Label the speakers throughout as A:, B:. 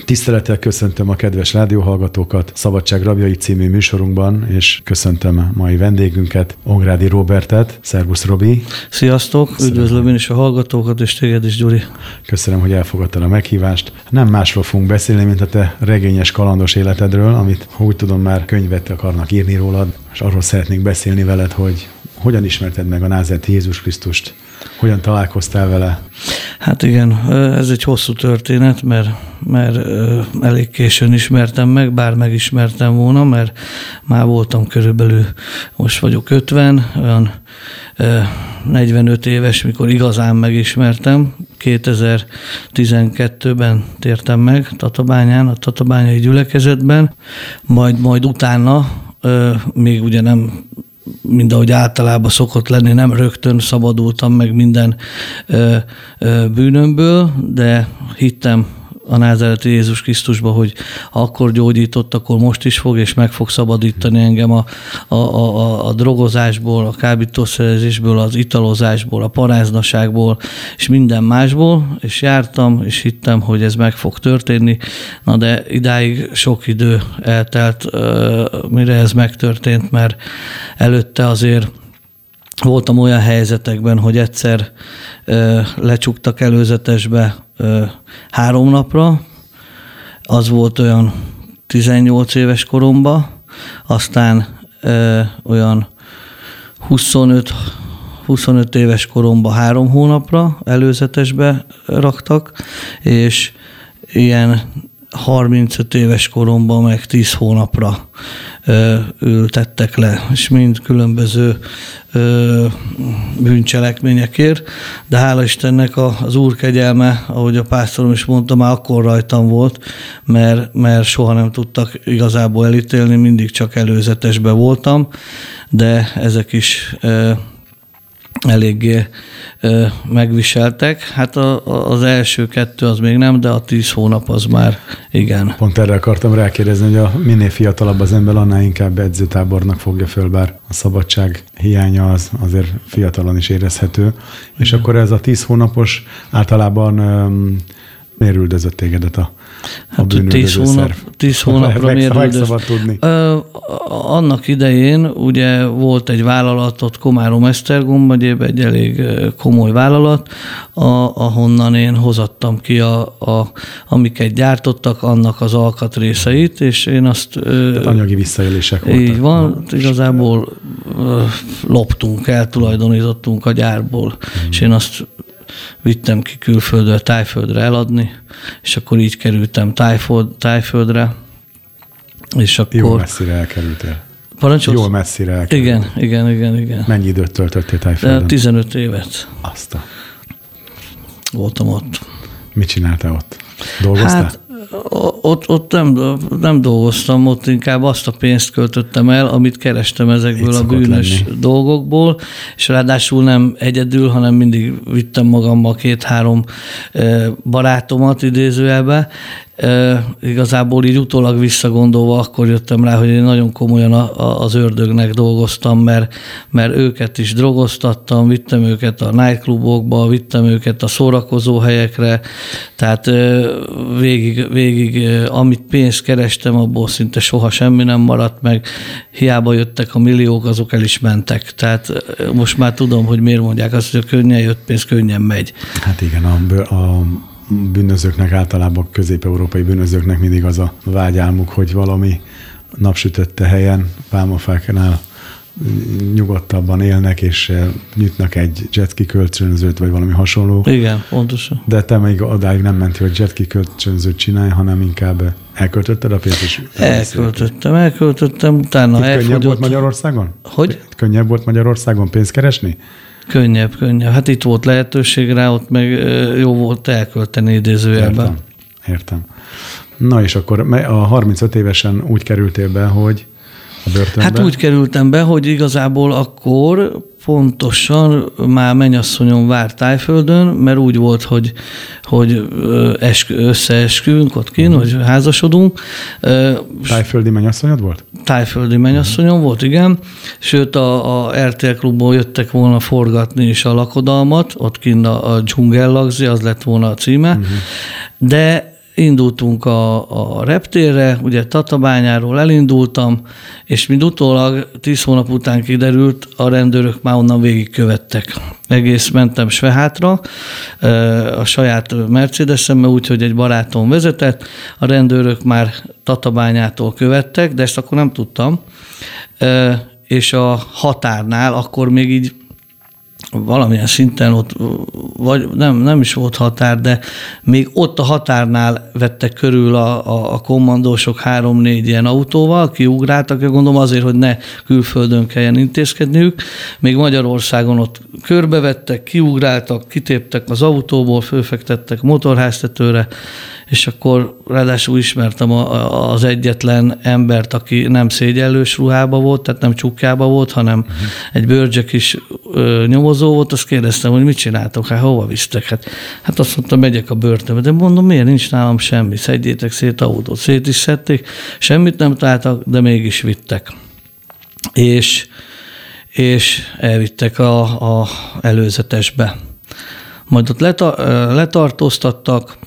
A: Tisztelettel köszöntöm a kedves rádióhallgatókat Szabadság rabjai című műsorunkban, és köszöntöm mai vendégünket, Ongrádi Róbertet. Szervusz, Robi!
B: Sziasztok! Üdvözlöm én is a hallgatókat, és téged is, Gyuri.
A: Köszönöm, hogy elfogadtad a meghívást. Nem másról fogunk beszélni, mint a te regényes, kalandos életedről, amit, ha úgy tudom, már könyvet akarnak írni rólad, és arról szeretnék beszélni veled, hogy hogyan ismerted meg a názáreti Jézus Krisztust, hogyan találkoztál vele.
B: Hát igen, ez egy hosszú történet, mert elég későn ismertem meg, bár megismertem volna, mert már voltam körülbelül, most vagyok 50, olyan 45 éves, mikor igazán megismertem. 2012-ben tértem meg Tatabányán, a tatabányai gyülekezetben, majd utána még ugye nem, mind ahogy általában szokott lenni, nem rögtön szabadultam meg minden bűnömből, de hittem a názáreti Jézus Krisztusba, hogy akkor gyógyított, akkor most is fog, és meg fog szabadítani engem a drogozásból, a kábítószerezésből, az italozásból, a paráznaságból, és minden másból, és jártam, és hittem, hogy ez meg fog történni. Na de idáig sok idő eltelt, mire ez megtörtént, mert előtte azért voltam olyan helyzetekben, hogy egyszer lecsuktak előzetesbe 3 napra, az volt olyan 18 éves koromban, aztán olyan 25 éves koromban 3 hónapra előzetesbe raktak, és ilyen 35 éves koromban meg 10 hónapra ültettek le, és mind különböző bűncselekményekért, de hála Istennek az Úr kegyelme, ahogy a pásztorom is mondta, már akkor rajtam volt, mert soha nem tudtak igazából elítélni, mindig csak előzetesben voltam, de ezek is eléggé megviseltek. Hát az első 2 az még nem, de a 10 hónap az már igen.
A: Pont erre akartam rákérdezni, hogy a minél fiatalabb az ember, annál inkább edzőtábornak fogja föl, bár a szabadság hiánya az azért fiatalon is érezhető. És akkor ez a 10 hónapos általában miért üldözött tégedet a bűnüldöző szerv?
B: 10 hónapra miért
A: üldözött? Tudni.
B: Annak idején ugye volt egy vállalat ott Komárom-Esztergom megyében, egy elég komoly vállalat, ahonnan én hozattam ki amiket gyártottak, annak az alkatrészeit, és én azt...
A: Tehát anyagi visszaélések voltak.
B: Így van, igazából loptunk, eltulajdonítottunk a gyárból, és én azt vittem ki külföldre, Tájföldre eladni, és akkor így kerültem Tájföldre, és akkor...
A: Jó messzire elkerültél.
B: Parancsolsz?
A: Jól messzire elkerültél.
B: Igen.
A: Mennyi időt töltöttél Tájföldön?
B: 15 évet.
A: Azt
B: voltam ott.
A: Mit csináltál ott? Dolgoztál?
B: Hát, ott nem dolgoztam, ott inkább azt a pénzt költöttem el, amit kerestem ezekből a bűnös dolgokból, és ráadásul nem egyedül, hanem mindig vittem magammal 2-3 barátomat idézőjelbe. Igazából így utólag visszagondolva akkor jöttem rá, hogy én nagyon komolyan az ördögnek dolgoztam, mert őket is drogoztattam, vittem őket a nightclubokba, vittem őket a szórakozó helyekre, tehát végig amit pénzt kerestem, abból szinte soha semmi nem maradt meg, hiába jöttek a milliók, azok el is mentek. Tehát most már tudom, hogy miért mondják azt, hogy a könnyen jött pénz, könnyen megy.
A: Hát igen, a bűnözőknek, általában a közép-európai bűnözőknek mindig az a vágyálmuk, hogy valami napsütötte helyen, pálmafáknál nyugodtabban élnek, és nyitnak egy jetski kölcsönzőt, vagy valami hasonló.
B: Igen, pontosan.
A: De te még odáig nem mentél, hogy jetski kölcsönzőt csinálj, hanem inkább elköltötted a pénzt is?
B: Elköltöttem, utána elfogyott.
A: Könnyebb volt Magyarországon?
B: Hogy?
A: Könnyebb volt Magyarországon pénzt keresni?
B: Könnyebb. Hát itt volt lehetőség rá, ott meg jó volt elkölteni idézőjelben.
A: Értem. Na és akkor a 35 évesen úgy kerültél be, hogy a börtönbe?
B: Hát úgy kerültem be, hogy igazából akkor pontosan már mennyasszonyom várt Tájföldön, mert úgy volt, hogy összeesküvünk ott kint, hogy házasodunk.
A: Tájföldi mennyasszonyod volt?
B: Tájföldi mennyasszonyom volt, igen. Sőt, a RTL klubból jöttek volna forgatni is a lakodalmat, ott kint a dzsungellagzi, az lett volna a címe. De indultunk a reptérre, ugye Tatabányáról elindultam, és mind utólag 10 hónap után kiderült, a rendőrök már onnan végigkövettek. Egész mentem Svehátra, a saját Mercedesemmel, úgyhogy egy barátom vezetett, a rendőrök már Tatabányától követtek, de ezt akkor nem tudtam, és a határnál akkor még így valamilyen szinten ott, vagy nem is volt határ, de még ott a határnál vettek körül a kommandósok 3-4 ilyen autóval, kiugráltak, gondolom azért, hogy ne külföldön kelljen intézkedniük. Még Magyarországon ott körbevettek, kiugráltak, kitéptek az autóból, fölfektettek motorháztetőre, és akkor ráadásul ismertem az egyetlen embert, aki nem szégyellős ruhába volt, tehát nem csukkába volt, hanem egy bőrcsek is nyomozó volt, azt kérdeztem, hogy mit csináltok, hát hova visztek? Hát azt mondtam, megyek a börtönbe, de mondom, miért nincs nálam semmi, szedjétek szét autót, szét is szedték, semmit nem találtak, de mégis vittek. És elvittek a előzetesbe. Majd ott letartóztattak,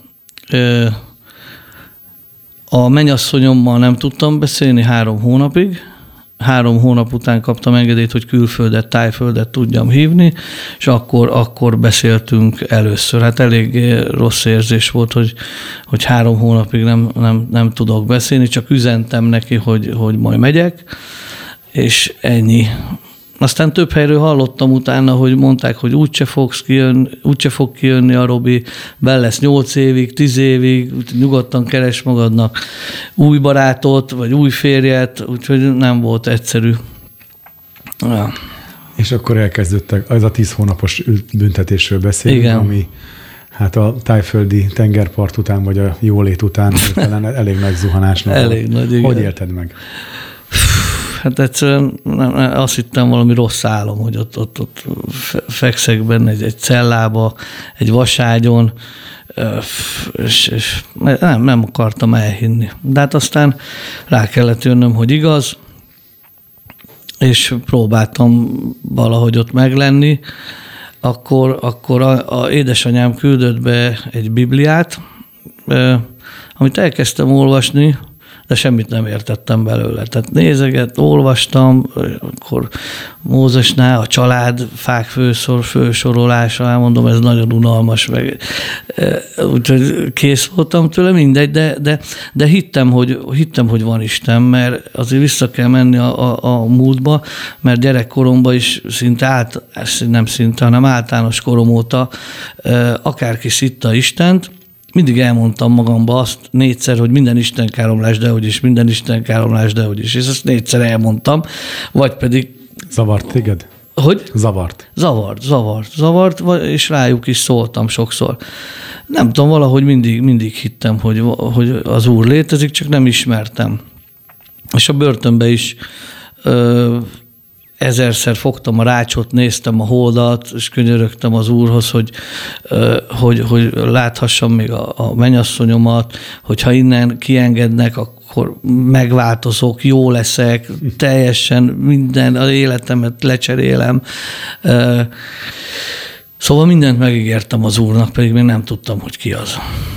B: a mennyasszonyommal nem tudtam beszélni 3 hónapig. 3 hónap után kaptam engedélyt, hogy külföldet, tájföldet tudjam hívni, és akkor beszéltünk először. Hát elég rossz érzés volt, hogy 3 hónapig nem tudok beszélni, csak üzentem neki, hogy majd megyek, és ennyi. Aztán több helyről hallottam utána, hogy mondták, hogy úgyse fog kijönni a Robi, benn lesz 8 évig, 10 évig, nyugodtan keres magadnak új barátot, vagy új férjet, úgyhogy nem volt egyszerű. Ja.
A: És akkor elkezdődtek, az a 10 hónapos büntetésről beszélünk, igen, ami hát a tájföldi tengerpart után, vagy a jólét után elég nagy zuhanásnak.
B: Elég nagy, igen.
A: Hogy élted meg?
B: Hát egyszerűen azt hittem valami rossz álom, hogy ott fekszek benne egy cellába, egy vaságyon, és nem akartam elhinni. De hát aztán rá kellett jönnöm, hogy igaz, és próbáltam valahogy ott meglenni. Akkor a édesanyám küldött be egy Bibliát, amit elkezdtem olvasni, de semmit nem értettem belőle. Tehát olvastam, akkor Mózesnál a családfák fősorolása, elmondom, ez nagyon unalmas, meg úgyhogy kész voltam tőle, mindegy, de hittem, hogy van Isten, mert azért vissza kell menni a múltba, mert gyerekkoromban is hanem általános korom óta akárki szitta Istent, mindig elmondtam magamba azt 4-szer, hogy minden Istenkáromlás dehogy is, minden Istenkáromlás dehogy is. És ezt 4-szer elmondtam, vagy pedig...
A: Zavart téged?
B: Hogy? Zavart, és rájuk is szóltam sokszor. Nem tudom, valahogy mindig hittem, hogy az Úr létezik, csak nem ismertem. És a börtönbe is 1000-szer fogtam a rácsot, néztem a holdat, és könyörögtem az Úrhoz, hogy láthassam még a mennyasszonyomat, hogyha innen kiengednek, akkor megváltozok, jó leszek, teljesen minden az életemet lecserélem. Szóval mindent megígértem az Úrnak, pedig még nem tudtam, hogy ki az.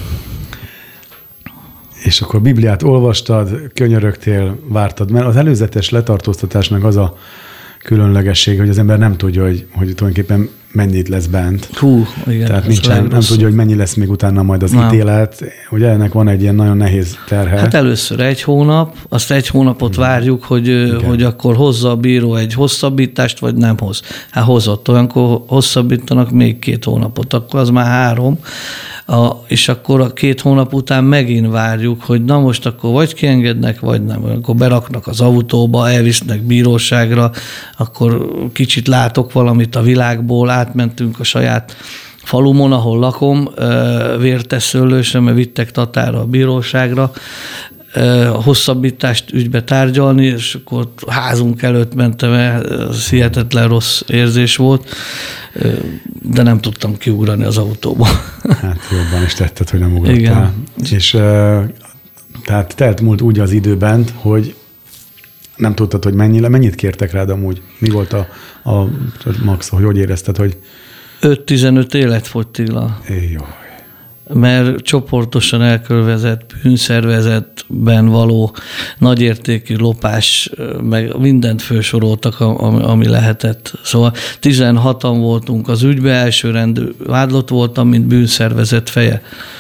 A: És akkor Bibliát olvastad, könyörögtél, vártad, mert az előzetes letartóztatásnak az a különlegesség, hogy az ember nem tudja, hogy tulajdonképpen mennyit lesz bent.
B: Igen.
A: Tehát nem tudja, hogy mennyi lesz még utána majd az ítélet. Ugye ennek van egy ilyen nagyon nehéz terhe.
B: Hát először 1 hónap, azt 1 hónapot várjuk, hogy akkor hozza a bíró egy hosszabbítást, vagy nem hoz. Hát hozott, olyankor hosszabbítanak még 2 hónapot, akkor az már 3. És akkor a 2 hónap után megint várjuk, hogy na most akkor vagy kiengednek, vagy nem. Akkor beraknak az autóba, elvisznek bíróságra, akkor kicsit látok valamit a világból, átmentünk a saját falumon, ahol lakom, vértesszőlősre, mert vittek Tatára a bíróságra, a hosszabbítást ügybe tárgyalni, és akkor a házunk előtt mentem el, ez hihetetlen rossz érzés volt, de nem tudtam kiugrani az autóba.
A: Hát jobban is tetted, hogy nem ugrottál.
B: Igen.
A: És tehát telt múlt úgy az időben, hogy nem tudtad, hogy mennyit kértek rád amúgy? Mi volt a max, hogy érezted, hogy...
B: 5-15 életfogytiglal.
A: Jó.
B: mert csoportosan elkövetett bűnszervezetben való nagyértékű lopás, meg mindent felsoroltak, ami lehetett. Szóval 16-an voltunk az ügybe, elsőrendű vádlott voltam, mint bűnszervezet feje.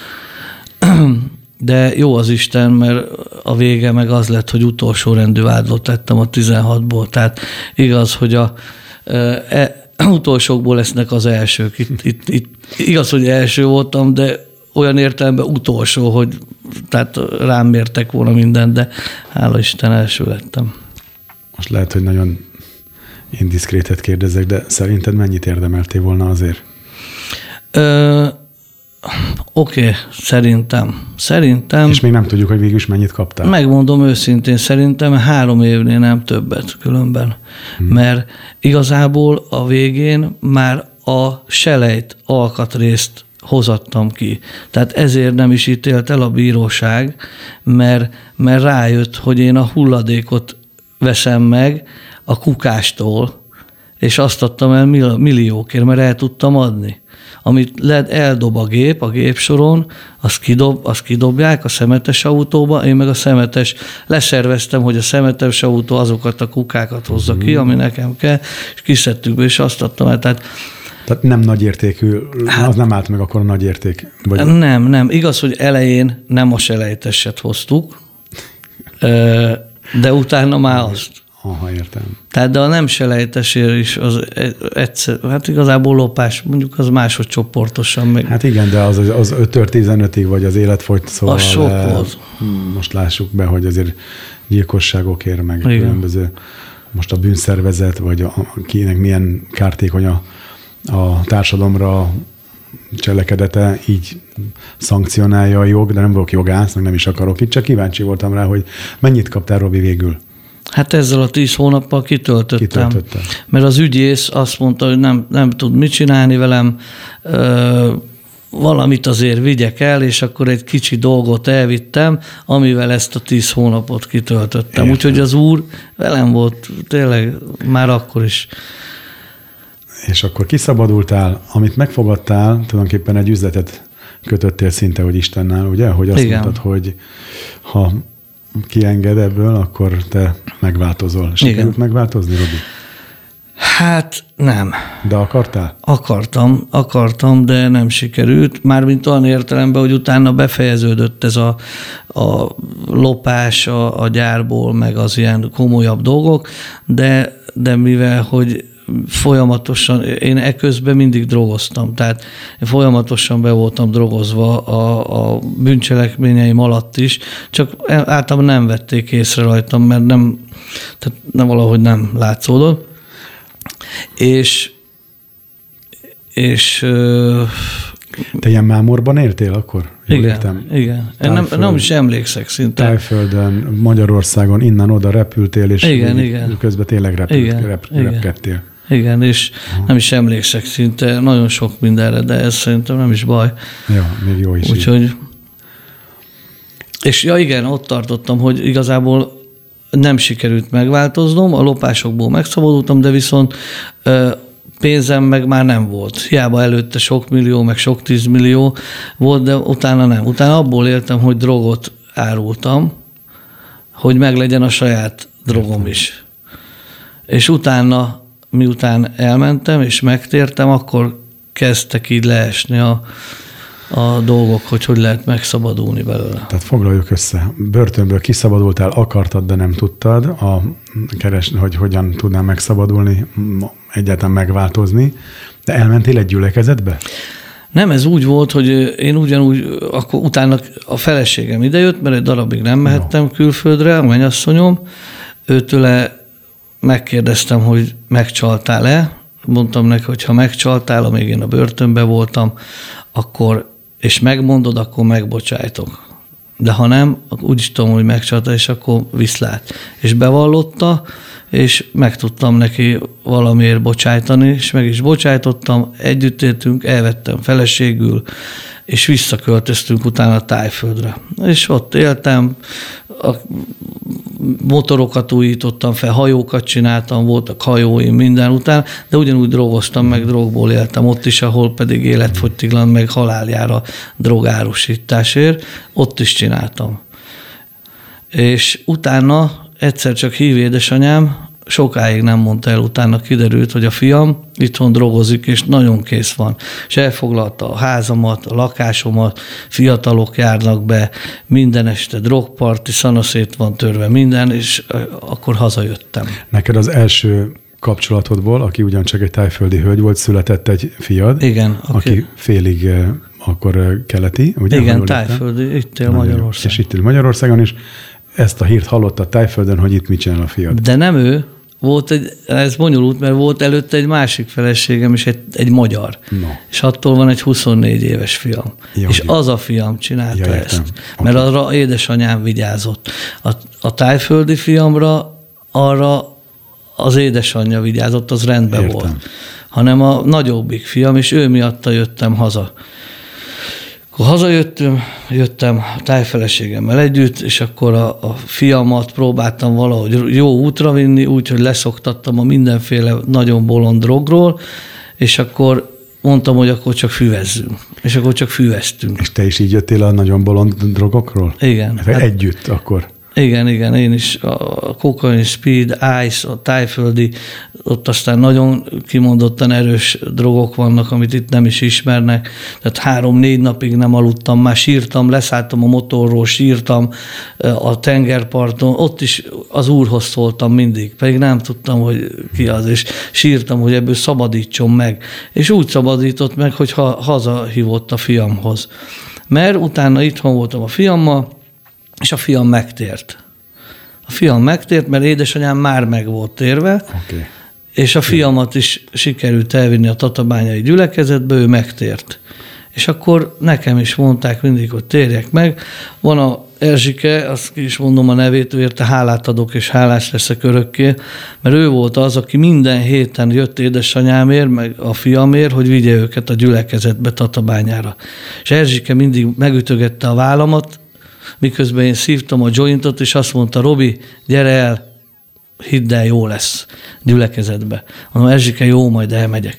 B: De jó az Isten, mert a vége meg az lett, hogy utolsó rendű vádlott lettem a 16-ból. Tehát igaz, hogy utolsókból lesznek az elsők. Itt igaz, hogy első voltam, de olyan értelemben utolsó, hogy tehát rám mértek volna mindent, de hála Isten első lettem.
A: Most lehet, hogy nagyon indiszkrétet kérdezek, de szerinted mennyit érdemeltél volna azért?
B: Oké, szerintem.
A: És még nem tudjuk, hogy végül is mennyit kaptál.
B: Megmondom őszintén, szerintem 3 évnél nem többet különben. Mert igazából a végén már a selejt alkatrészt hozattam ki. Tehát ezért nem is ítélt el a bíróság, mert rájött, hogy én a hulladékot veszem meg a kukástól, és azt adtam el milliókért, mert el tudtam adni. Amit eldob a gépsoron, azt kidobják a szemetes autóba, én meg a szemetes leszerveztem, hogy a szemetes autó azokat a kukákat hozza ki, ami nekem kell, és kiszedtük be, és azt adtam el. Tehát
A: nem nagyértékű, az nem állt meg akkor a nagyérték? Vagy...
B: Nem. Igaz, hogy elején nem a selejteset hoztuk, de utána már azt.
A: Aha, értem.
B: Tehát de a nem selejtesért is az egyszer, hát igazából lopás, mondjuk az máshogy csoportosan meg.
A: Hát igen, de az 5-től 15-ig vagy az életfogyt, szóval
B: az sok volt.
A: Most lássuk be, hogy azért gyilkosságokért, meg igen. Különböző, most a bűnszervezet, vagy kinek milyen kártékony a társadalomra cselekedete, így szankcionálja a jog, de nem vagyok jogász, meg nem is akarok itt, csak kíváncsi voltam rá, hogy mennyit kaptál, Robi, végül?
B: Hát ezzel a 10 hónappal kitöltöttem. Mert az ügyész azt mondta, hogy nem tud mit csinálni velem, valamit azért vigyek el, és akkor egy kicsi dolgot elvittem, amivel ezt a 10 hónapot kitöltöttem. Úgyhogy az úr velem volt tényleg már akkor is.
A: És akkor kiszabadultál, amit megfogadtál, tulajdonképpen egy üzletet kötöttél szinte, hogy Istennel, ugye? Hogy azt mondtad, hogy ha kienged ebből, akkor te megváltozol. Sikerült megváltozni, Robi?
B: Hát nem.
A: De akartál?
B: Akartam, de nem sikerült. Mármint olyan értelemben, hogy utána befejeződött ez a lopás a gyárból, meg az ilyen komolyabb dolgok, de mivel, hogy folyamatosan, én eközben mindig drogoztam, tehát én folyamatosan be voltam drogozva a bűncselekményeim alatt is, csak általában nem vették észre rajtam, mert tehát valahogy nem látszódott. És
A: te ilyen mámorban éltél akkor?
B: Igen. Nem is emlékszek szinte.
A: Tájföldön, Magyarországon, innen-oda repültél, és
B: igen.
A: közben tényleg repkedtél.
B: Igen, és nem is emlékszek szinte nagyon sok mindenre, de ez szerintem nem is baj.
A: Ja, még jó is.
B: Úgyhogy, és igen, ott tartottam, hogy igazából nem sikerült megváltoznom, a lopásokból megszabadultam, de viszont pénzem meg már nem volt. Hiába előtte sok millió, meg sok 10 millió volt, de utána nem. Utána abból éltem, hogy drogot árultam, hogy meglegyen a saját drogom is. És utána, miután elmentem és megtértem, akkor kezdtek így leesni a dolgok, hogy lehet megszabadulni belőle.
A: Tehát foglaljuk össze. Börtönből kiszabadultál, akartad, de nem tudtad, hogy hogyan tudnál megszabadulni, egyáltalán megváltozni, de elmentél egy gyülekezetbe?
B: Nem, ez úgy volt, hogy én ugyanúgy, akkor utána a feleségem idejött, mert egy darabig nem mehettem külföldre, a mennyasszonyom, őtőle megkérdeztem, hogy megcsaltál-e, mondtam neki, hogy ha megcsaltál, amíg én a börtönben voltam, akkor, és megmondod, akkor megbocsájtok. De ha nem, akkor úgy is tudom, hogy megcsaltál, és akkor viszlát. És bevallotta, és meg tudtam neki valamiért bocsájtani, és meg is bocsájtottam, együtt éltünk, elvettem feleségül, és visszaköltöztünk utána Tájföldre. És ott éltem, motorokat újítottam fel, hajókat csináltam, voltak hajóim minden után, de ugyanúgy drogoztam, meg drogból éltem ott is, ahol pedig életfogytiglan, meg haláljára drogárusításért, ott is csináltam. És utána egyszer csak hív édesanyám, sokáig nem mondta el, utána kiderült, hogy a fiam itthon drogozik, és nagyon kész van. És elfoglalta a házamat, a lakásomat, fiatalok járnak be, minden este drogparti, szanaszét van törve minden, és akkor hazajöttem.
A: Neked az első kapcsolatodból, aki ugyancsak egy tájföldi hölgy volt, született egy fiad,
B: igen,
A: aki félig akkor keleti, ugye?
B: Igen, tájföldi, itt él Magyarországon.
A: És itt él Magyarországon is. Ezt a hírt hallotta Tájföldön, hogy itt mit csinál a fiad.
B: De nem ő, volt ez bonyolult, mert volt előtte egy másik feleségem is, egy magyar. No. És attól van egy 24 éves fiam. Ja, és az a fiam csinálta ezt. Mert arra édesanyám vigyázott. A tájföldi fiamra arra az édesanyja vigyázott, az rendben volt. Hanem a nagyobbik fiam, és ő miatta jöttem haza. Akkor hazajöttem a tájfeleségemmel együtt, és akkor a fiamat próbáltam valahogy jó útra vinni, úgyhogy leszoktattam a mindenféle nagyon bolond drogról, és akkor mondtam, hogy akkor csak füvezzünk. És akkor csak füveztünk.
A: És te is így jöttél a nagyon bolond drogokról?
B: Igen.
A: Együtt akkor?
B: Igen, én is. A kokain, speed, ice, a tájföldi, ott aztán nagyon kimondottan erős drogok vannak, amit itt nem is ismernek. Tehát 3-4 napig nem aludtam, már sírtam, leszálltam a motorról, sírtam a tengerparton, ott is az úrhoz szóltam mindig, pedig nem tudtam, hogy ki az, és sírtam, hogy ebből szabadítson meg. És úgy szabadított meg, hogy hazahívott a fiamhoz. Mert utána itthon voltam a fiammal, és a fiam megtért. A fiam megtért, mert édesanyám már meg volt térve, okay. És a fiamat is sikerült elvinni a tatabányai gyülekezetbe, ő megtért. És akkor nekem is mondták mindig, hogy térjek meg. Van a Erzsike, azt ki is mondom a nevét, ő érte hálát adok, és hálás leszek örökké, mert ő volt az, aki minden héten jött édesanyámért, meg a fiamért, hogy vigye őket a gyülekezetbe Tatabányára. És Erzsike mindig megütögette a vállamat, miközben én szívtam a jointot, és azt mondta, Robi, gyere el, hidd el, jó lesz gyülekezetbe. Mondom, Erzsike, jó, majd elmegyek.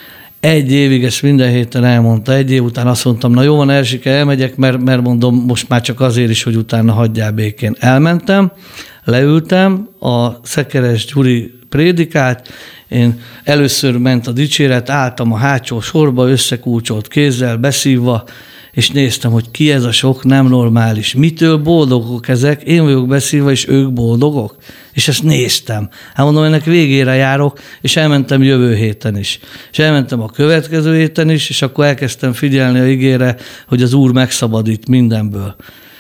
B: 1 évig ezt minden héten elmondta, 1 év után azt mondtam, na jó van, Erzsike, elmegyek, mert mondom, most már csak azért is, hogy utána hagyjál békén. Elmentem, leültem, a Szekeres Gyuri prédikált, én először ment a dicséret, álltam a hátsó sorba, összekulcsolt kézzel, beszívva, és néztem, hogy ki ez a sok nem normális. Mitől boldogok ezek? Én vagyok beszívva, és ők boldogok? És ezt néztem. Hát mondom, ennek végére járok, és elmentem jövő héten is. És elmentem a következő héten is, és akkor elkezdtem figyelni a igére, hogy az Úr megszabadít mindenből.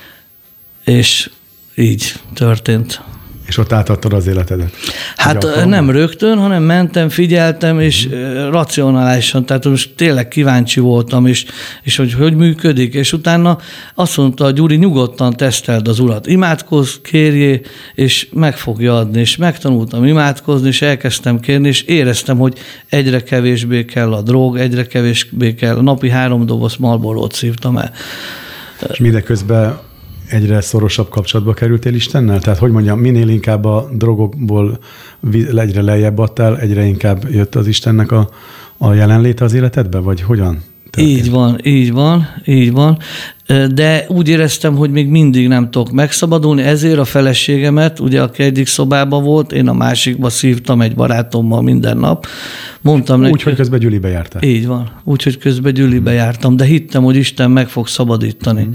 B: És így történt.
A: És ott átadtad az életedet?
B: Hát nem rögtön, hanem mentem, figyeltem, és racionálisan, tehát most tényleg kíváncsi voltam, és hogy működik, és utána azt mondta a Gyuri, nyugodtan teszteld az Urat, imádkozz, kérjé, és meg fogja adni, és megtanultam imádkozni, és elkezdtem kérni, és éreztem, hogy egyre kevésbé kell a drog, egyre kevésbé kell, napi 3 doboz Marlborót szívtam el.
A: És mindeközben egyre szorosabb kapcsolatba kerültél Istennel? Tehát, hogy mondjam, minél inkább a drogokból egyre lejjebb adtál, egyre inkább jött az Istennek a jelenléte az életedbe? Vagy hogyan történt? Így van. De úgy éreztem, hogy még mindig nem tudok megszabadulni, ezért a feleségemet, ugye aki egyik szobában volt, én a másikba szívtam egy barátommal minden nap. Mondtam neki, hogy közben Gyülibe jártál?
B: Így van. Úgy, hogy közben Gyülibe jártam, de hittem, hogy Isten meg fog szabadítani.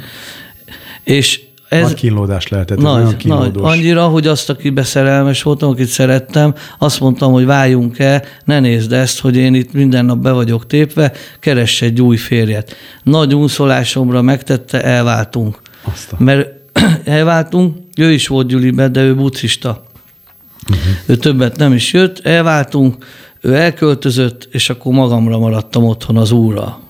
B: És ez
A: nagy kínlódás lehetett.
B: Nagy, annyira, hogy azt, akibe szerelmes voltam, akit szerettem, azt mondtam, hogy váljunk el, ne nézd ezt, hogy én itt minden nap be vagyok tépve, keress egy új férjet. Nagy unszolásomra megtette, elváltunk. Mert elváltunk, ő is volt Gyülibe, de ő buddhista. Ő többet nem is jött, elváltunk, ő elköltözött, és akkor magamra maradtam otthon az Úrral.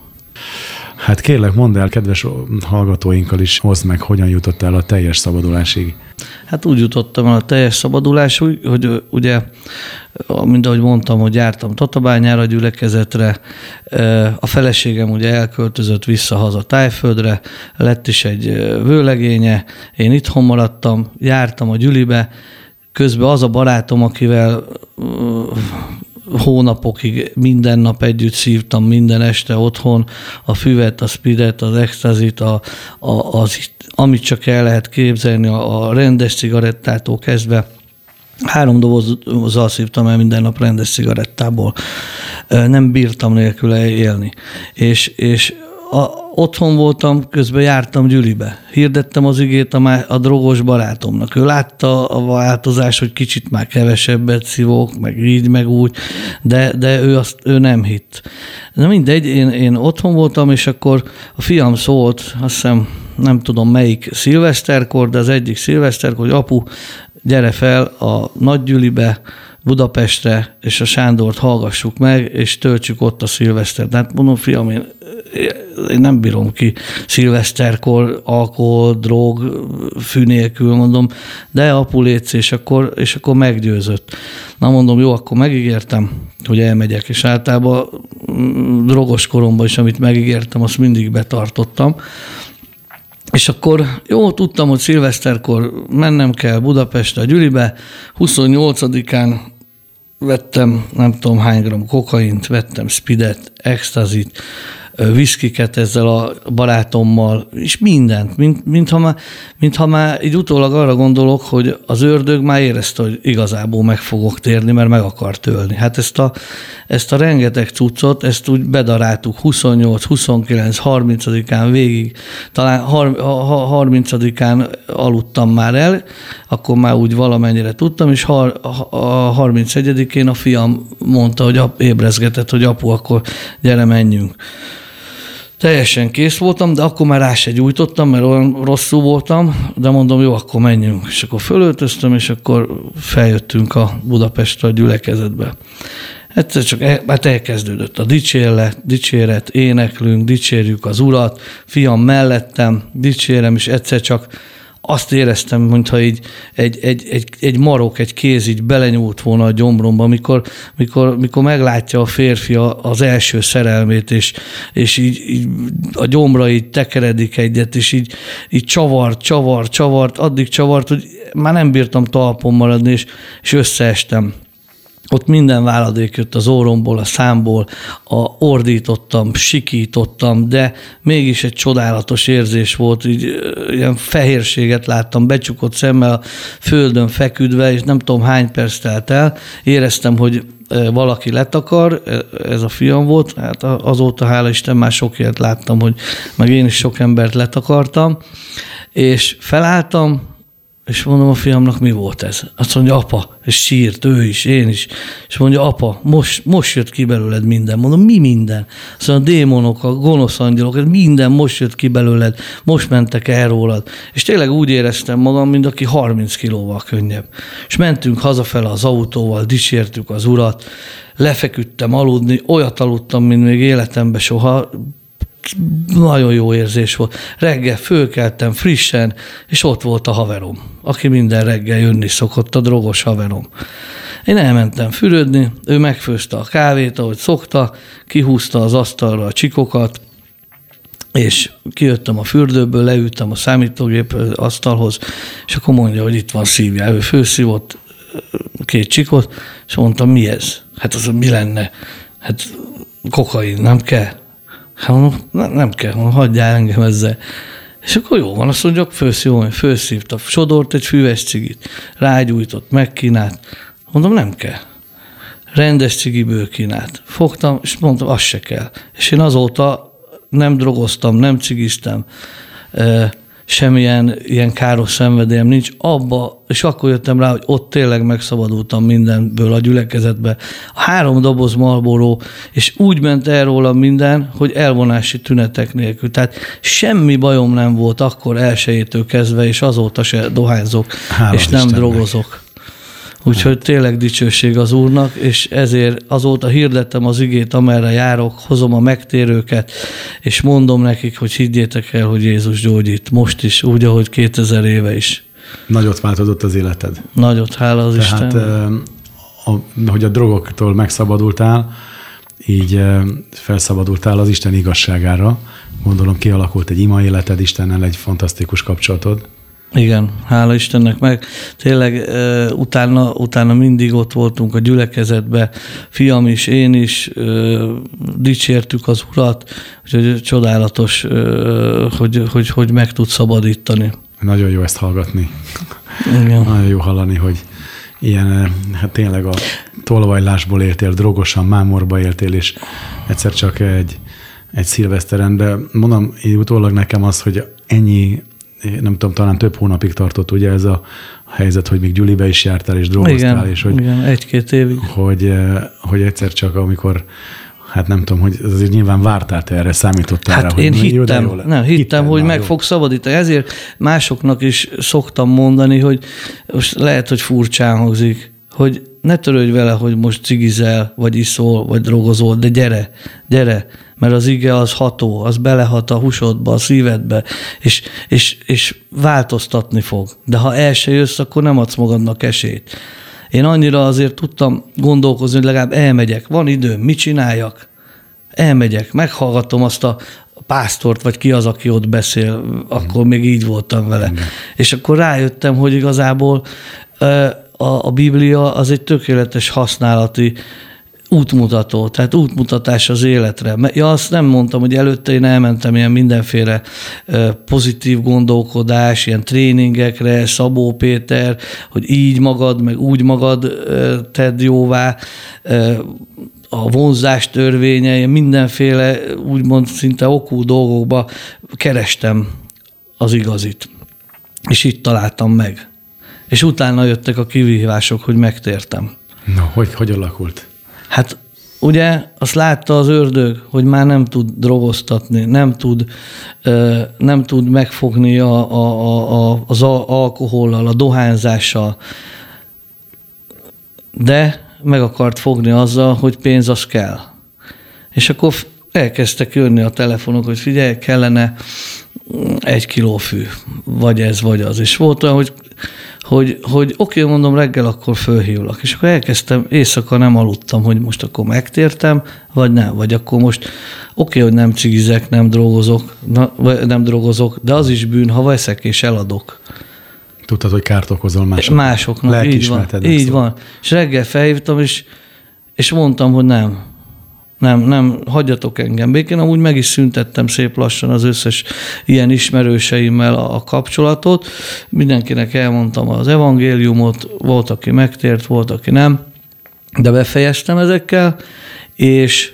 A: Hát kérlek, mondd el, kedves hallgatóinkkal is, hozd meg, hogyan jutottál a teljes szabadulásig.
B: Hát úgy jutottam el a teljes szabadulásig, hogy ugye, mint ahogy mondtam, hogy jártam Tatabányára gyülekezetre, a feleségem ugye elköltözött vissza haza Tájföldre, lett is egy vőlegénye, én itthon maradtam, jártam a gyülibe, közben az a barátom, akivel hónapokig minden nap együtt szívtam, minden este otthon a füvet, a speedet, az extazit, amit csak el lehet képzelni, a rendes cigarettától kezdve. 3 dobozzal szívtam el minden nap rendes cigarettából. Nem bírtam nélküle élni. És otthon voltam, közben jártam gyülibe. Hirdettem az igét a drogos barátomnak. Ő látta a változás, hogy kicsit már kevesebbet szívok, meg így, meg úgy, de ő nem hitt. De mindegy, én otthon voltam, és akkor a fiam szólt, azt hiszem, nem tudom melyik szilveszterkor, de az egyik szilveszterkor, hogy apu, gyere fel a nagygyülibe, Budapestre, és a Sándort hallgassuk meg, és töltsük ott a szilvesztert. Hát mondom, fiam, én nem bírom ki szilveszterkor alkohol, drog, fű nélkül, mondom, de apu létsz, és akkor meggyőzött. Na mondom, jó, akkor megígértem, hogy elmegyek, és általában drogos koromban is, amit megígértem, azt mindig betartottam. És akkor jó, tudtam, hogy szilveszterkor mennem kell Budapestre a gyülibe, 28-án vettem nem tudom hány gram kokaint, vettem speedet, extazit, viszkiket ezzel a barátommal, és mindent, mintha már így utólag arra gondolok, hogy az ördög már érezte, hogy igazából meg fogok térni, mert meg akar tölni. Hát ezt a rengeteg cuccot, ezt úgy bedaráltuk 28, 29, 30-án végig, talán 30-án aludtam már el, akkor már úgy valamennyire tudtam, és a 31-én a fiam mondta, hogy ébrezgetett, hogy apu, akkor gyere, menjünk. Teljesen kész voltam, de akkor már rá se gyújtottam, mert olyan rosszul voltam, de mondom, jó, akkor menjünk. És akkor fölöltöztem, és akkor feljöttünk a Budapestre a gyülekezetbe. Egyszer csak elkezdődött a dicséret, éneklünk, dicsérjük az Urat, fiam mellettem, dicsérem, és egyszer csak azt éreztem, mintha így egy marok, egy kéz így belenyúlt volna a gyomromba, mikor meglátja a férfi az első szerelmét, és így a gyomra így tekeredik egyet, és így csavart, addig csavart, hogy már nem bírtam talpon maradni, és összeestem. Ott minden váladék jött az orromból, a számból, ordítottam, sikítottam, de mégis egy csodálatos érzés volt, így ilyen fehérséget láttam, becsukott szemmel a földön feküdve, és nem tudom hány perc telt el, éreztem, hogy valaki letakar, ez a fiam volt, hát azóta hála Isten már sok ilyet láttam, hogy meg én is sok embert letakartam, és felálltam, és mondom a fiamnak, mi volt ez? Azt mondja, apa, és sírt, ő is, én is. És mondja, apa, most jött ki belőled minden. Mondom, mi minden? Azt mondja, a démonok, a gonosz angyalok, minden most jött ki belőled, most mentek el rólad. És tényleg úgy éreztem magam, mint aki 30 kilóval könnyebb. És mentünk hazafele az autóval, dicsértük az Urat, lefeküdtem aludni, olyat aludtam, mint még életemben soha. Nagyon jó érzés volt. Reggel fölkeltem frissen, és ott volt a haverom, aki minden reggel jönni szokott, a drogos haverom. Én elmentem fürödni, ő megfőzte a kávét, ahogy szokta, kihúzta az asztalra a csikokat, és kijöttem a fürdőből, leültem a számítógép asztalhoz, és akkor mondja, hogy itt van szívja. Ő főszívott 2 csikot, és mondtam, mi ez? Hát az mi lenne? Hát kokain, nem kell? Hát mondom, nem kell, hagyjál engem ezzel. És akkor jó van, azt mondjuk, főszívta, sodort egy füves cigit, rágyújtott, megkínált. Mondom, nem kell. Rendes cigiből kínált. Fogtam, és mondtam, az se kell. És én azóta nem drogoztam, nem cigiztem, semmilyen ilyen káros szenvedélyem nincs abba, és akkor jöttem rá, hogy ott tényleg megszabadultam mindenből a gyülekezetbe. 3 doboz Marlboro, és úgy ment el róla minden, hogy elvonási tünetek nélkül. Tehát semmi bajom nem volt akkor elsőjétől kezdve, és azóta se dohányzok, és nem drogozok. Úgyhogy tényleg dicsőség az Úrnak, és ezért azóta hirdettem az igét, amerre járok, hozom a megtérőket, és mondom nekik, hogy higgyétek el, hogy Jézus gyógyít most is, úgy, ahogy 2000 éve is.
A: Nagyot változott az életed.
B: Nagyot, hála az Isten.
A: Tehát, hogy a drogoktól megszabadultál, így felszabadultál az Isten igazságára. Gondolom kialakult egy ima életed, Istennel egy fantasztikus kapcsolatod.
B: Igen, hála Istennek meg. Tényleg utána mindig ott voltunk a gyülekezetbe, fiam is, én is, dicsértük az Urat, úgyhogy csodálatos, hogy meg tud szabadítani.
A: Nagyon jó ezt hallgatni.
B: Igen.
A: Nagyon jó hallani, hogy ilyen, hát tényleg a tolvajlásból éltél, drogosan, mámorba éltél, és egyszer csak egy szilveszteren, de mondom, én utólag nekem az, hogy ennyi, nem tudom, talán több hónapig tartott ugye ez a helyzet, hogy még Gyulibe is jártál és drogoztál,
B: igen,
A: és hogy,
B: igen, 1-2 évig.
A: Hogy egyszer csak, amikor, hát nem tudom, hogy azért nyilván vártál te erre, számítottál
B: hát
A: rá, hogy
B: én hittem, hogy
A: már
B: meg
A: jó.
B: fog szabadítani. Ezért másoknak is szoktam mondani, hogy most lehet, hogy furcsán hangzik, hogy ne törődj vele, hogy most cigizel, vagy iszol, vagy drogozol, de gyere, mert az ige az ható, az belehat a húsodba, a szívedbe, és változtatni fog. De ha el se jössz, akkor nem adsz magadnak esélyt. Én annyira azért tudtam gondolkozni, hogy legalább elmegyek, van időm, mit csináljak? Elmegyek, meghallgatom azt a pásztort, vagy ki az, aki ott beszél, akkor még így voltam vele. És akkor rájöttem, hogy igazából a Biblia az egy tökéletes használati útmutató, tehát útmutatás az életre. Ja, azt nem mondtam, hogy előtte én elmentem ilyen mindenféle pozitív gondolkodás, ilyen tréningekre, Szabó Péter, hogy így magad, meg úgy magad tedd jóvá, a vonzás törvénye, mindenféle úgymond szinte okú dolgokba kerestem az igazit. És itt találtam meg. És utána jöttek a kihívások, hogy megtértem.
A: Na, hogy alakult?
B: Hát ugye azt látta az ördög, hogy már nem tud drogoztatni, nem tud megfogni az alkohollal, a dohányzással, de meg akart fogni azzal, hogy pénz az kell. És akkor elkezdtek jönni a telefonok, hogy figyelj, kellene 1 kiló fű, vagy ez, vagy az. És volt olyan, hogy oké, mondom, reggel akkor fölhívlak. És akkor elkezdtem, éjszaka nem aludtam, hogy most akkor megtértem, vagy nem. Vagy akkor most oké, hogy nem cigizek, nem drogozok, de az is bűn, ha veszek és eladok.
A: Tudtad, hogy kárt okozol
B: másoknak. Így van. És reggel felhívtam, és mondtam, hogy nem, hagyjatok engem békén. Amúgy meg is szüntettem szép lassan az összes ilyen ismerőseimmel a kapcsolatot. Mindenkinek elmondtam az evangéliumot, volt, aki megtért, volt, aki nem, de befejeztem ezekkel, és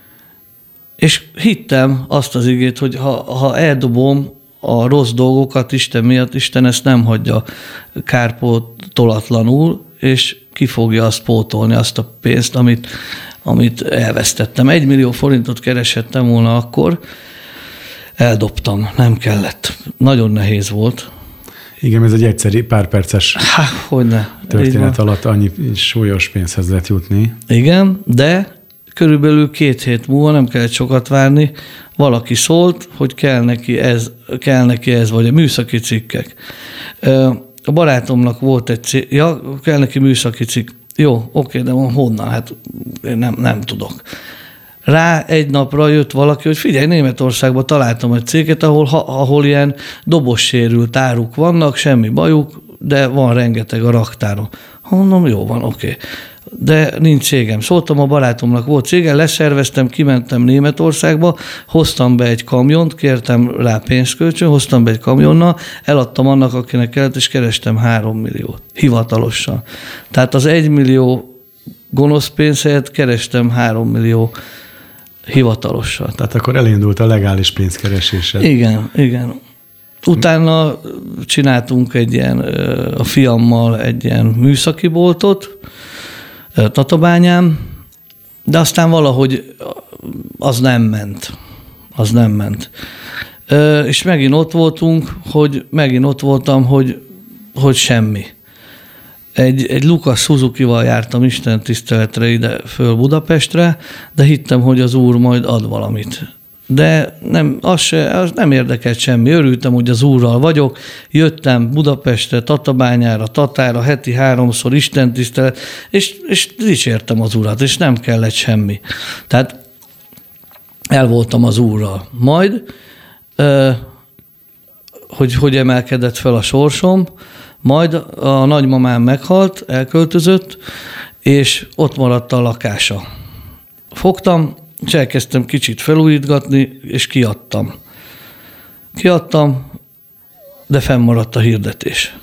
B: hittem azt az igét, hogy ha eldobom a rossz dolgokat Isten miatt, Isten ezt nem hagyja kárpótolatlanul, és ki fogja azt pótolni, azt a pénzt, amit elvesztettem. 1 millió forintot kereshettem volna akkor, eldobtam, nem kellett. Nagyon nehéz volt.
A: Igen, ez egy egyszerű, pár perces történet alatt annyi súlyos pénzhez lehet jutni.
B: Igen, de körülbelül 2 hét múlva, nem kellett sokat várni, valaki szólt, hogy kell neki ez, vagy a műszaki cikkek. A barátomnak volt egy cég, kell neki műszaki cikk. Jó, oké, de honnan? Hát én nem tudok. Rá egy napra jött valaki, hogy figyelj, Németországban találtam egy céget, ahol ilyen dobossérült áruk vannak, semmi bajuk, de van rengeteg a raktáron. Mondom, jó van, oké. De nincs cégem. Szóltam a barátomnak, volt cége, leszerveztem, kimentem Németországba, hoztam be egy kamiont, kértem rá pénzkölcsön, hoztam be egy kamionnal, eladtam annak, akinek kellett, és kerestem 3 milliót, hivatalosan. Tehát az 1 millió gonosz pénz helyett kerestem 3 millió hivatalosan.
A: Tehát akkor elindult a legális pénzkeresésed.
B: Igen. Utána csináltunk a fiammal egy ilyen műszaki boltot, Tatabányán, de aztán valahogy az nem ment. És megint ott voltam, hogy semmi. Egy Lucas Suzuki-val jártam Isten tiszteletre ide föl Budapestre, de hittem, hogy az Úr majd ad valamit. De az nem érdekelt semmi. Örültem, hogy az Úrral vagyok. Jöttem Budapestre, Tatabányára, Tatára, heti 3-szor istentisztelet, és dicsértem az Urat, és nem kellett semmi. Tehát el voltam az Úrral. Majd, hogy emelkedett fel a sorsom, majd a nagymamám meghalt, elköltözött, és ott maradt a lakása. Fogtam, és elkezdtem kicsit felújítgatni, és kiadtam. De fennmaradt a hirdetés.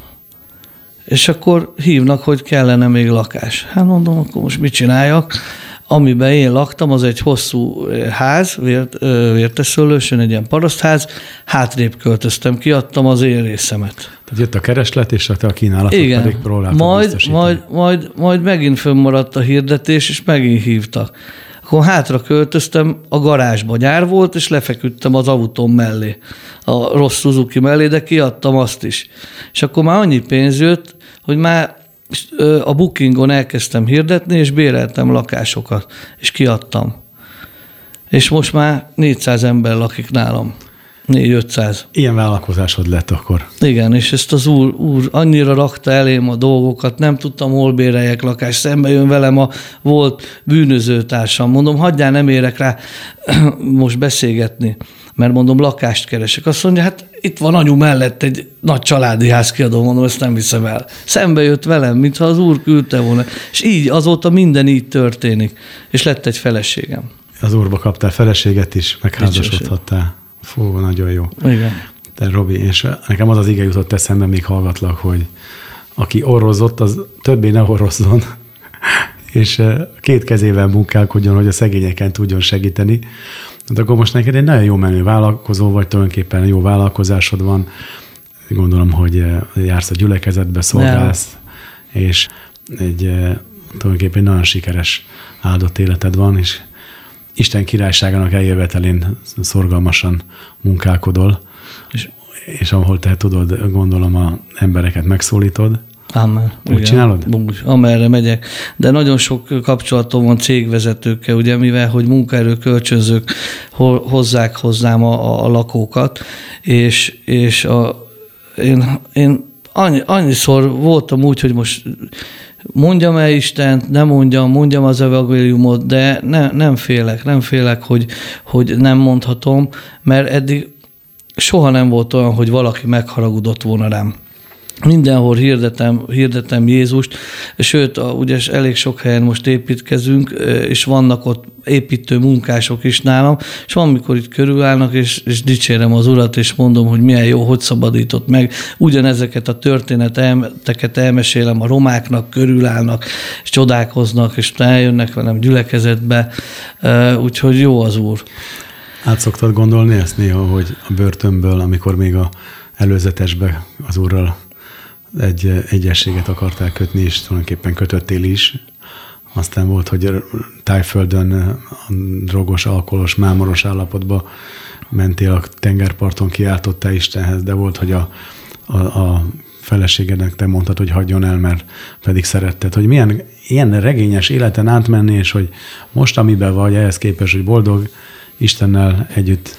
B: És akkor hívnak, hogy kellene még lakás. Hát mondom, akkor most mit csináljak? Amiben én laktam, az egy hosszú ház, Vértesszőlősön, egy ilyen parasztház, hátrébb költöztem, kiadtam az én részemet.
A: Tehát jött a kereslet, és a kínálatot pedig próbáltam biztosítani.
B: Majd megint fönnmaradt a hirdetés, és megint hívtak. Akkor hátra költöztem, a garázsba nyár volt, és lefeküdtem az autóm mellé, a rossz Suzuki mellé, de kiadtam azt is. És akkor már annyi pénz jött, hogy már a Bookingon elkezdtem hirdetni, és béreltem lakásokat, és kiadtam. És most már 400 ember lakik nálam. 400-500.
A: Ilyen vállalkozásod lett akkor.
B: Igen, és ezt az úr annyira rakta elém a dolgokat, nem tudtam, hol béreljek lakást, szembe jön velem a volt bűnözőtársam. Mondom, hagyjál, nem érek rá most beszélgetni, mert mondom, lakást keresek. Azt mondja, hát itt van anyu mellett egy nagy családi házkiadó, mondom, ezt nem viszem el. Szembe jött velem, mintha az Úr küldte volna. És így, azóta minden így történik. És lett egy feleségem.
A: Az Úrba kaptál feleséget is, meg házasodhattál. Fú, nagyon jó.
B: Igen.
A: De Robi, és nekem az ige jutott eszembe, még hallgatlak, hogy aki orrozott, az többé ne orrozzon, és 2 kezével munkálkodjon, hogy a szegényeken tudjon segíteni. De akkor most neked egy nagyon jó menő vállalkozó vagy, tulajdonképpen jó vállalkozásod van. Gondolom, hogy jársz a gyülekezetbe, szolgálsz, és tulajdonképpen egy nagyon sikeres áldott életed van, és Isten királyságának eljövetelén szorgalmasan munkálkodol, és ahol te tudod, gondolom, a embereket megszólítod.
B: Amen.
A: Úgy csinálod?
B: Amerre megyek. De nagyon sok kapcsolatom van cégvezetőkkel, ugye, mivel hogy munkaerő kölcsönzők hozzák hozzám a lakókat, és én annyiszor voltam úgy, hogy most mondjam el Istent, nem mondjam az evangéliumot, de nem félek, hogy nem mondhatom, mert eddig soha nem volt olyan, hogy valaki megharagudott volna rám. Mindenhol hirdetem Jézust, sőt, ugye elég sok helyen most építkezünk, és vannak ott építő munkások is nálam, és van, amikor itt körülállnak, és dicsérem az Urat, és mondom, hogy milyen jó, hogy szabadított meg. Ugyanezeket a történeteket elmesélem a romáknak, körülállnak, és csodálkoznak, és eljönnek velem gyülekezetbe, úgyhogy jó az Úr.
A: Át szoktad gondolni ezt néha, hogy a börtönből, amikor még a előzetesbe az Úrral egy egyességet akartál kötni, és tulajdonképpen kötöttél is. Aztán volt, hogy Tájföldön drogos, alkoholos, mámoros állapotba mentél a tengerparton, kiáltottál Istenhez, de volt, hogy a feleségednek te mondtad, hogy hagyjon el, mert pedig szeretted. Hogy milyen ilyen regényes életen átmenni, és hogy most, amiben vagy, ehhez képest, hogy boldog Istennel együtt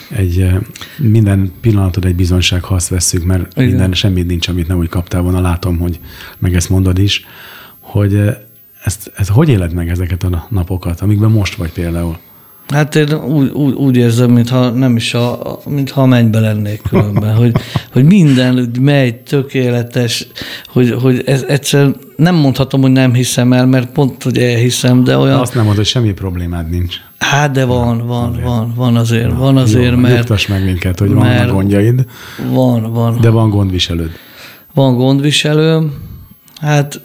A: minden pillanatod egy bizonyság, ha azt vesszük, mert minden, semmit nincs, amit nem úgy kaptál volna, látom, hogy meg ezt mondod is, hogy ezt hogy éled meg ezeket a napokat, amikben most vagy például?
B: Hát én úgy érzem, mintha nem is mintha a mennybe lennék különben, hogy minden megy, tökéletes, hogy ez egyszerűen nem mondhatom, hogy nem hiszem el, mert pont, hogy elhiszem, de olyan...
A: Azt nem mondod, hogy semmi problémád nincs.
B: Hát, de van azért, jó, mert...
A: Nyugtass meg minket, hogy vannak gondjaid.
B: Van.
A: De van gondviselőd.
B: Van gondviselőm, hát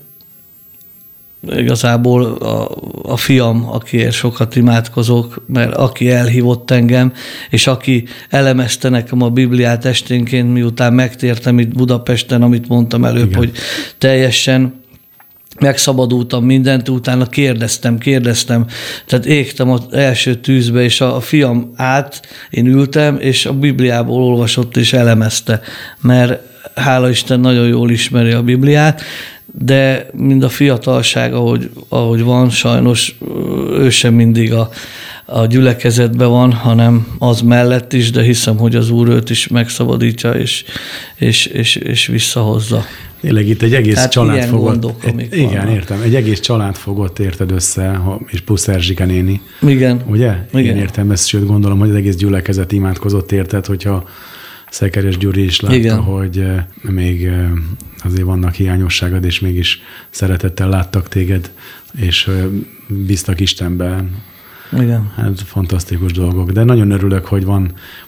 B: igazából a fiam, akiért sokat imádkozok, mert aki elhívott engem, és aki elemezte nekem a Bibliát esténként, miután megtértem itt Budapesten, amit mondtam előbb, igen, hogy teljesen megszabadultam mindent, utána kérdeztem, tehát égtem az első tűzbe, és a fiam én ültem, és a Bibliából olvasott és elemezte, mert hála Isten nagyon jól ismeri a Bibliát, de mind a fiatalság, ahogy van, sajnos ő sem mindig a gyülekezetben van, hanem az mellett is, de hiszem, hogy az Úr őt is megszabadítja és visszahozza.
A: Tényleg itt egy egész család fogott.
B: Igen,
A: értem. Egy egész család fogott érted össze, és plusz Erzsike néni.
B: Igen.
A: Ugye?
B: Igen.
A: Én értem ezt, sőt gondolom, hogy az egész gyülekezet imádkozott érted, hogyha Szekeres Gyuri is látta, igen, hogy még azért vannak hiányosságod, és mégis szeretettel láttak téged, és bíztak Istenbe.
B: Igen.
A: Hát fantasztikus dolgok. De nagyon örülök, hogy van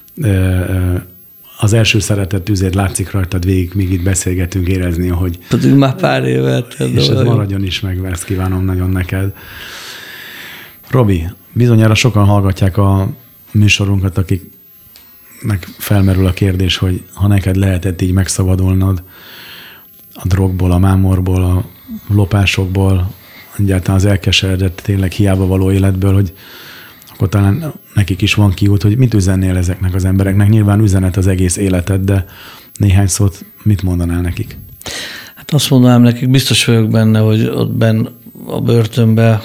A: az első szeretett tüzét látszik rajtad végig, míg itt beszélgetünk, érezni, hogy...
B: Pedig már pár évet.
A: És ez maradjon is meg, ezt kívánom nagyon neked. Robi, bizonyára sokan hallgatják a műsorunkat, akiknek felmerül a kérdés, hogy ha neked lehetett így megszabadulnod a drogból, a mámorból, a lopásokból, egyáltalán az elkeseredett, tényleg hiába való életből, hogy akkor talán nekik is van kiút, hogy mit üzennél ezeknek az embereknek. Nyilván üzenet az egész életed, de néhány szót mit mondanál nekik?
B: Hát azt mondanám nekik, biztos vagyok benne, hogy ott benn a börtönben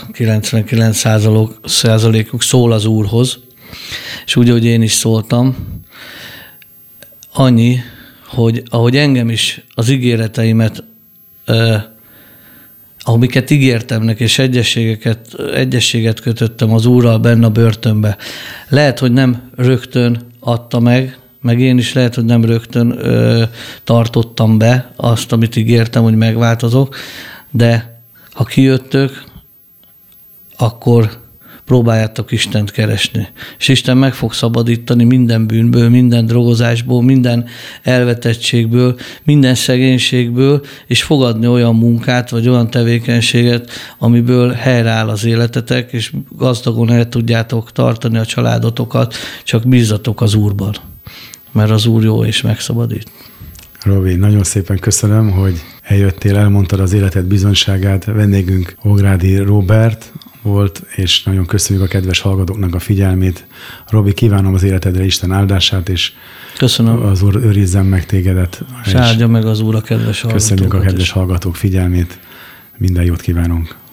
B: 99%-uk szól az Úrhoz, és úgy, hogy én is szóltam. Annyi, hogy ahogy engem is az ígéreteimet amiket ígértem neki, és egyességet kötöttem az Úrral benne a börtönbe. Lehet, hogy nem rögtön adta meg én is lehet, hogy nem rögtön tartottam be azt, amit ígértem, hogy megváltozok, de ha kijöttök, akkor próbáljátok Istent keresni. És Isten meg fog szabadítani minden bűnből, minden drogozásból, minden elvetettségből, minden szegénységből, és fog adni olyan munkát, vagy olyan tevékenységet, amiből helyreáll az életetek, és gazdagon el tudjátok tartani a családotokat, csak bízzatok az Úrban, mert az Úr jó és megszabadít.
A: Robi, nagyon szépen köszönöm, hogy eljöttél, elmondtad az életed bizonyságát. Vendégünk Ógrádi Róbert volt, és nagyon köszönjük a kedves hallgatóknak a figyelmét. Robi, kívánom az életedre Isten áldását, és
B: köszönöm.
A: Az Úr őrizzen meg tégedet.
B: És áldja meg az Úr a kedves hallgatókat.
A: Köszönjük a kedves hallgatók figyelmét. Minden jót kívánunk.